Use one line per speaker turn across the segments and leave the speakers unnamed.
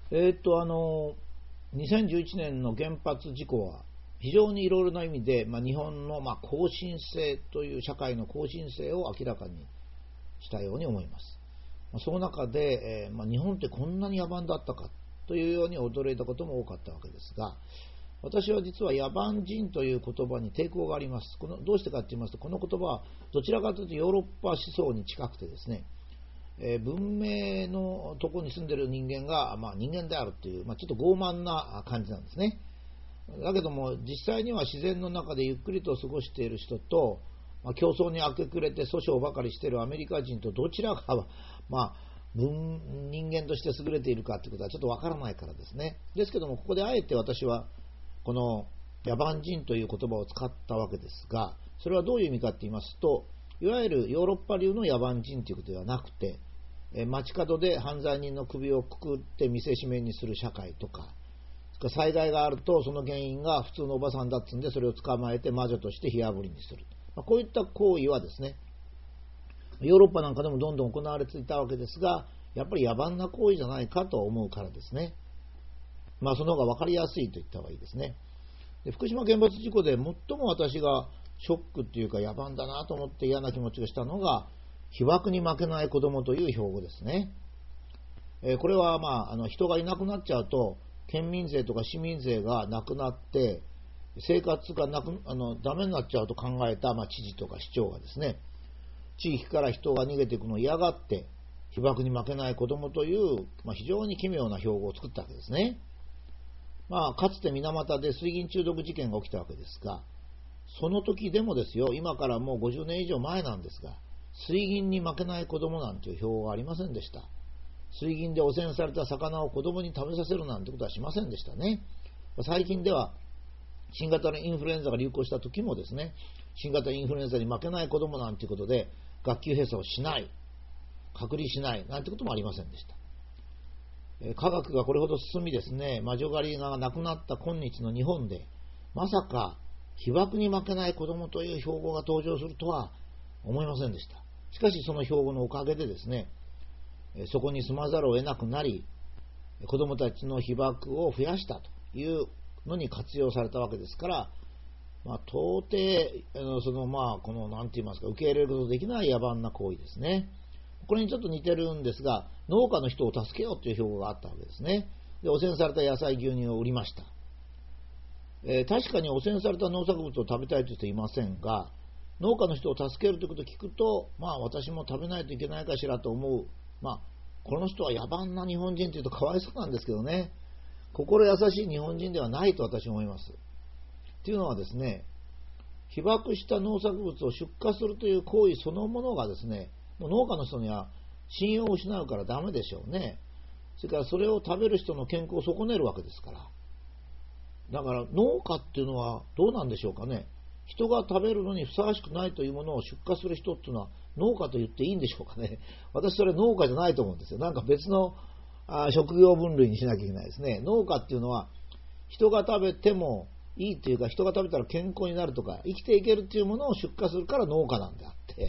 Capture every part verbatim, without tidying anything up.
えーっと、あの、にせんじゅういちねんの原発事故は、非常にいろいろな意味で、まあ、日本の、まあ、後進性という社会の後進性を明らかにしたように思います。まあ、その中で、えーまあ、日本ってこんなに野蛮だったかというように驚いたことも多かったわけですが、私は実は野蛮人という言葉に抵抗があります。このどうしてかと言いますと、この言葉はどちらかというとヨーロッパ思想に近くてですね、えー、文明のところに住んでいる人間が、まあ、人間であるという、まあ、ちょっと傲慢な感じなんですね。だけども実際には自然の中でゆっくりと過ごしている人と、まあ、競争に明け暮れて訴訟ばかりしているアメリカ人とどちらが、まあ、文人間として優れているかということはちょっとわからないからですね。ですけどもここであえて私はこの野蛮人という言葉を使ったわけですが、それはどういう意味かと言いますと、いわゆるヨーロッパ流の野蛮人ということではなくて、街角で犯罪人の首をくくって見せしめにする社会とか、災害があるとその原因が普通のおばさんだっつうんでそれを捕まえて魔女として火あぶりにする、まあ、こういった行為はですね、ヨーロッパなんかでもどんどん行われていたわけですが、やっぱり野蛮な行為じゃないかと思うからですね。まあその方が分かりやすいと言った方がいいですね。で、福島原発事故で最も私がショックっていうか野蛮だなと思って嫌な気持ちがしたのが、被爆に負けない子供という標語ですね。えー、これはまああの人がいなくなっちゃうと県民税とか市民税がなくなって生活がなくあのダメになっちゃうと考えた、まあ、知事とか市長がですね、地域から人が逃げていくのを嫌がって被爆に負けない子供という、まあ、非常に奇妙な標語を作ったわけですね。まあ、かつて水俣で水銀中毒事件が起きたわけですが、その時でもですよ、今からもうごじゅうねん以上前なんですが、水銀に負けない子供なんていう標語はありませんでした。水銀で汚染された魚を子供に食べさせるなんてことはしませんでしたね。最近では新型のインフルエンザが流行した時もですね、新型インフルエンザに負けない子供なんていうことで学級閉鎖をしない、隔離しないなんてこともありませんでした。科学がこれほど進みですね、魔女狩りがなくなった今日の日本で、まさか被爆に負けない子供という標語が登場するとは思いませんでした。しかしその標語のおかげでですね、そこに住まざるを得なくなり、子供たちの被爆を増やしたというのに活用されたわけですから、まあ、到底そのまあこの何て言いますか、受け入れることのできない野蛮な行為ですね。これにちょっと似てるんですが、農家の人を助けようという標語があったわけですね。で、汚染された野菜牛乳を売りました。えー、確かに汚染された農作物を食べたいという人はいませんが、農家の人を助けるということを聞くと、まあ私も食べないといけないかしらと思う。まあこの人は野蛮な日本人というとかわいそうなんですけどね、心優しい日本人ではないと私は思います。というのはですね、被爆した農作物を出荷するという行為そのものがですね、もう農家の人には信用を失うからダメでしょうね。それからそれを食べる人の健康を損ねるわけですから。だから農家っていうのはどうなんでしょうかね。人が食べるのにふさわしくないというものを出荷する人っていうのは農家と言っていいんでしょうかね。私それ農家じゃないと思うんですよ。なんか別のあ職業分類にしなきゃいけないですね。農家っていうのは人が食べてもいいというか、人が食べたら健康になるとか生きていけるっていうものを出荷するから農家なんであって、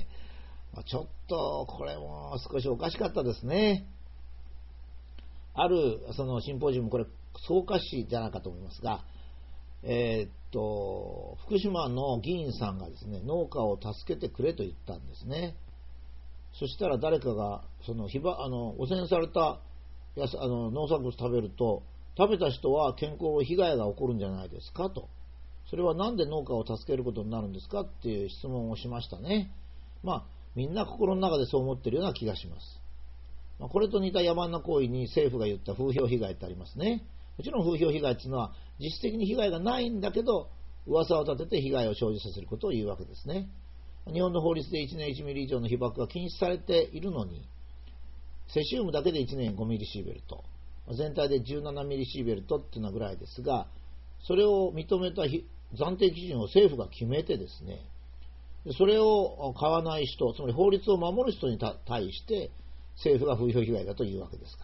ちょっとこれも少しおかしかったですね。あるそのシンポジウム、これ草加市じゃないかと思いますが、えー、っと福島の議員さんがですね、農家を助けてくれと言ったんですね。そしたら誰かがそのひばあの汚染されたやあの農作物食べると、食べた人は健康被害が起こるんじゃないですかと。それはなんで農家を助けることになるんですかっていう質問をしましたね。まあみんな心の中でそう思っているような気がします。まあ、これと似た野蛮な行為に政府が言った風評被害ってありますね。もちろん風評被害っていうのは実質的に被害がないんだけど、噂を立てて被害を生じさせることを言うわけですね。日本の法律でいちねんいちミリ以上の被爆が禁止されているのに、セシウムだけでいちねんごミリシーベルト、全体でじゅうななミリシーベルトっていうのぐらいですが、それを認めた暫定基準を政府が決めてですね、それを買わない人、つまり法律を守る人に対して政府が風評被害だというわけですから、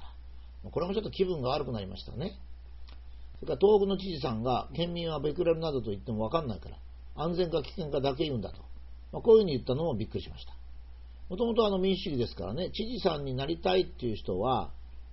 これもちょっと気分が悪くなりましたね。それから東北の知事さんが、県民はベクレルなどと言っても分かんないから安全か危険かだけ言うんだと、まあ、こういうふうに言ったのもびっくりしました。もともとあの民主主義ですからね、知事さんになりたいっていう人は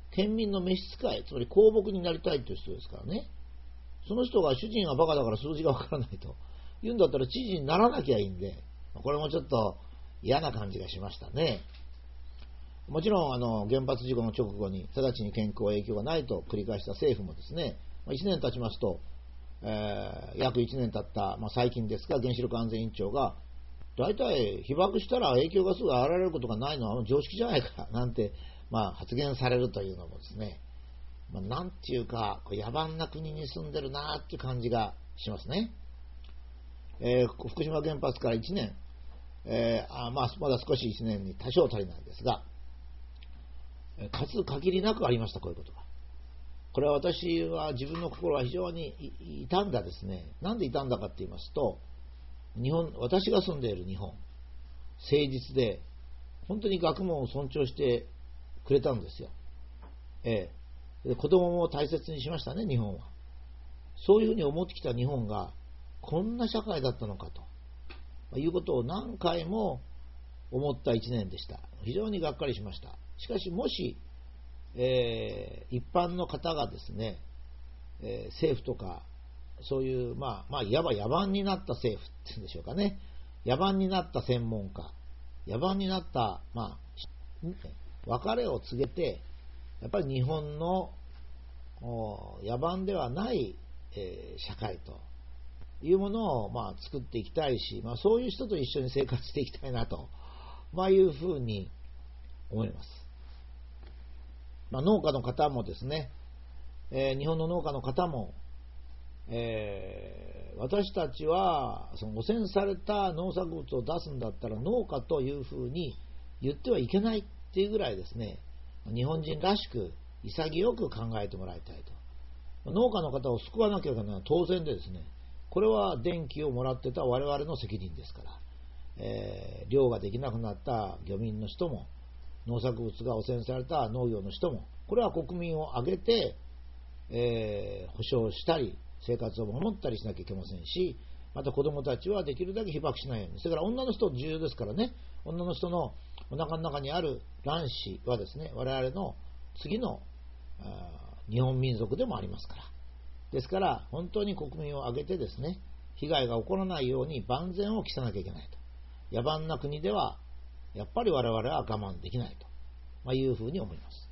県民の召使い、つまり公僕になりたいという人ですからね。その人が主人はバカだから数字がわからないと言うんだったら知事にならなきゃいいんで、これもちょっと嫌な感じがしましたね。もちろんあの原発事故の直後に直ちに健康影響がないと繰り返した政府もですね、いちねん経ちますと、えー、約いちねん経った、まあ、最近ですが原子力安全委員長が大体被爆したら影響がすぐ現れることがないのは常識じゃないかなんて、まあ、発言されるというのもですね、まあ、なんていうかこう野蛮な国に住んでるなっていう感じがしますね。えー、福島原発からいちねん、えーあまあ、まだ少しいちねんに多少足りないですが、数限りなくありました、こういうことが。これは私は自分の心は非常に痛んだですね。なんで痛んだかって言いますと、日本、私が住んでいる日本、誠実で本当に学問を尊重してくれたんですよ。ええ、で子供も大切にしましたね、日本は。そういうふうに思ってきた日本がこんな社会だったのかということを何回も思った一年でした。非常にがっかりしました。しかしもし、えー、一般の方がですね、えー、政府とかそういう、まあ、まあ、いわば野蛮になった政府っていうんでしょうかね、野蛮になった専門家、野蛮になった、まあ、別れを告げて、やっぱり日本の野蛮ではない、えー、社会というものを、まあ、作っていきたいし、まあ、そういう人と一緒に生活していきたいなと、まあ、いうふうに思います。まあ、農家の方もですね、えー、日本の農家の方も、えー、私たちはその汚染された農作物を出すんだったら農家というふうに言ってはいけないっていうぐらいですね、日本人らしく潔く考えてもらいたいと。農家の方を救わなきゃいけないのは当然でですね、これは電気をもらってた我々の責任ですから、えー、漁ができなくなった漁民の人も、農作物が汚染された農業の人も、これは国民を挙げて、えー、保障したり生活を守ったりしなきゃいけませんし、また子どもたちはできるだけ被爆しないように。それから女の人重要ですからね、女の人のお腹の中にある卵子はですね、我々の次の日本民族でもありますから。ですから本当に国民を挙げてですね、被害が起こらないように万全を期さなきゃいけないと。野蛮な国ではやっぱり我々は我慢できないと、まあ、いうふうに思います。